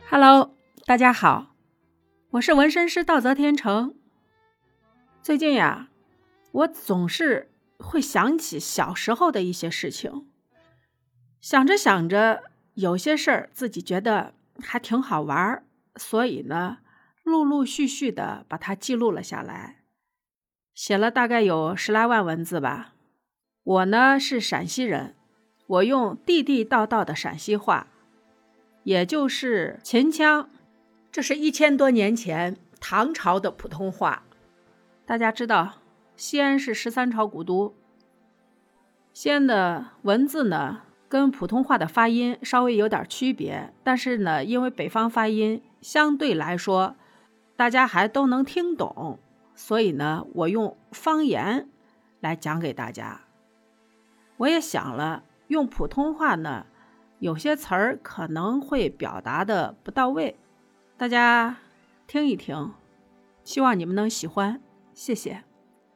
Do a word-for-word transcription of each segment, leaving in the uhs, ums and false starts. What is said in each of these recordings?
Hello， 大家好，我是纹身师道泽天成。最近呀，我总是会想起小时候的一些事情，想着想着，有些事儿自己觉得还挺好玩，所以呢，陆陆续续的把它记录了下来，写了大概有十来万文字吧。我呢是陕西人，我用地地道道的陕西话，也就是秦腔，这是一千多年前唐朝的普通话。大家知道，西安是十三朝古都，西安的文字呢跟普通话的发音稍微有点区别，但是呢，因为北方发音相对来说大家还都能听懂，所以呢，我用方言来讲给大家。我也想了，用普通话呢，有些词儿可能会表达的不到位，大家听一听，希望你们能喜欢，谢谢。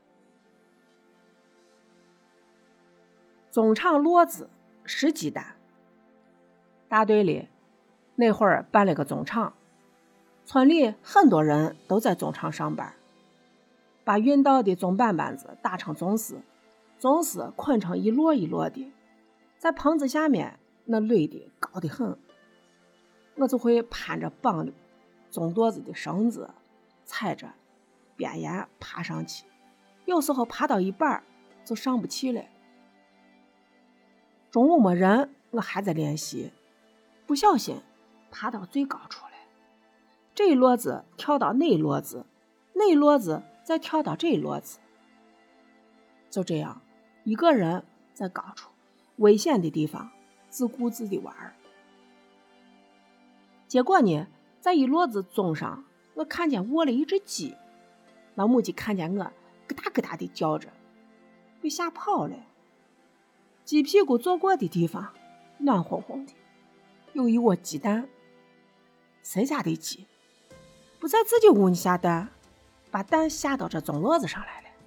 总唱骡子十几担，大队里那会儿办了个总唱，村里很多人都在总唱上班，把运到的总板板子打成总丝，总丝捆成一摞一摞的，在棚子下面那垒的高得很，我就会攀着绑总垛子的绳子，踩着边沿爬上去，有时候爬到一半就上不去了。中午没人，我还在练习，不小心爬到最高处了，这一摞子跳到那一摞子，那一摞子再跳到这一摞子，就这样一个人在高处危险的地方自顾自地玩。结果呢，在一摞子钟上，我看见卧了一只鸡，那母鸡看见我咯哒咯哒地叫着，被吓跑了。鸡屁股坐过的地方暖烘烘的，有一窝鸡蛋。谁家的鸡不在自己屋里下蛋，把蛋下到这钟骡子上来了？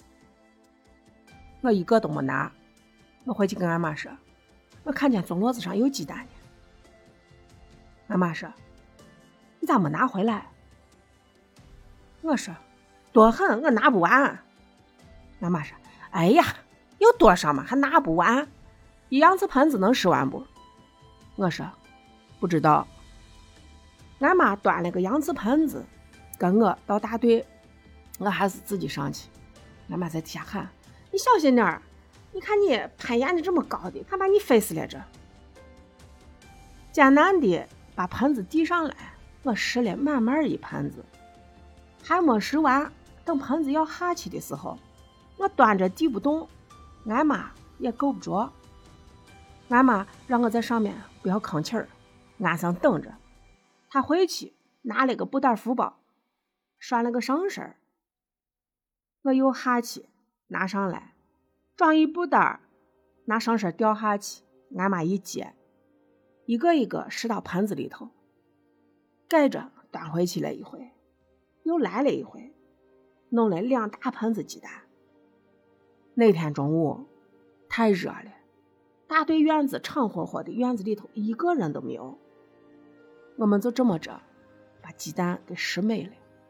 我一个都没拿，我回去跟俺妈说，我看见钟骡子上有鸡蛋呢。俺妈说，你咋没拿回来？我说，多很，我拿不完。俺妈说，哎呀，有多少嘛，还拿不完？一洋瓷盆子能吃完不？我说，不知道。俺妈端了个洋瓷盆子跟我到大队，我还是自己上去。俺妈在底下喊，你小心点儿，你看你攀岩的这么高的，看把你飞死了这。艰难的把盆子递上来，我拾了满满一盆子，还没拾完，等盆子要下去的时候，我端着递不动，俺妈也够不着。俺妈让我在上面不要吭气儿，安上等着。她回去拿了个布袋福包，拴了个绳绳，我又下去拿上来，装一布袋，拿绳绳掉下去，俺妈一接，一个一个拾到盆子里头，盖着端回去了一回，又来了一回，弄了两大盆子鸡蛋。那天中午太热了，大队院子敞火火的，院子里头一个人都没有，我们就这么着把鸡蛋给拾没了。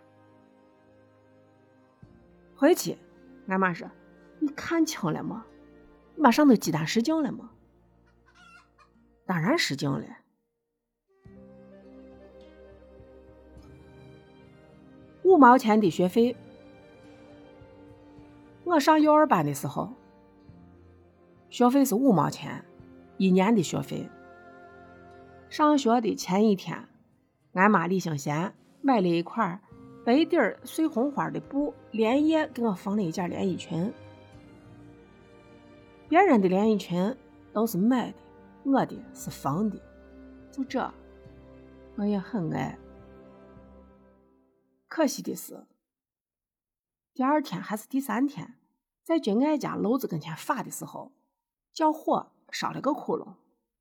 回去俺妈说，你看清了吗？你把上头鸡蛋拾净了吗？当然拾净了。五毛钱的学费，我上幼儿班的时候，学费是五毛钱，一年的学费。上学的前一天，俺妈李兴贤买了一块白底儿碎红花的布，连夜给我缝了一件连衣裙。别人的连衣裙都是买的，我的是缝的，就这我也很爱。可惜的是，第二天还是第三天，在军爱家篓子跟前发的时候，叫火烧了个窟窿。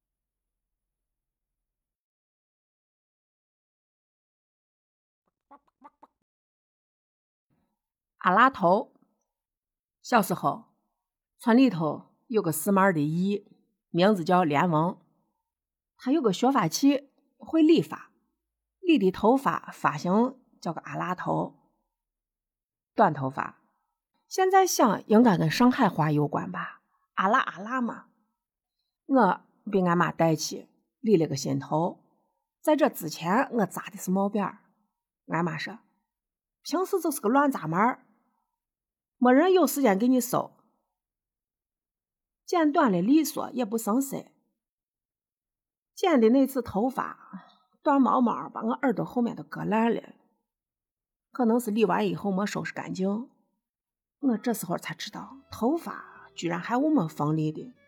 阿拉头，小时候村里头有个四门的姨，名字叫连翁，他有个学发器，会理发， 理的头发发型叫个阿拉头，短头发。现在想应该跟上海话有关吧，阿拉阿拉嘛。我比俺妈带起，理了个新头。在这之前我扎的是毛辫。俺妈说平时就是个乱扎毛，没人有时间给你收。剪短了利索也不生色，剪的那次头发短毛毛把我耳朵后面都割烂了，可能是理完以后没收拾干净。我这时候才知道头发居然还有没锋利的。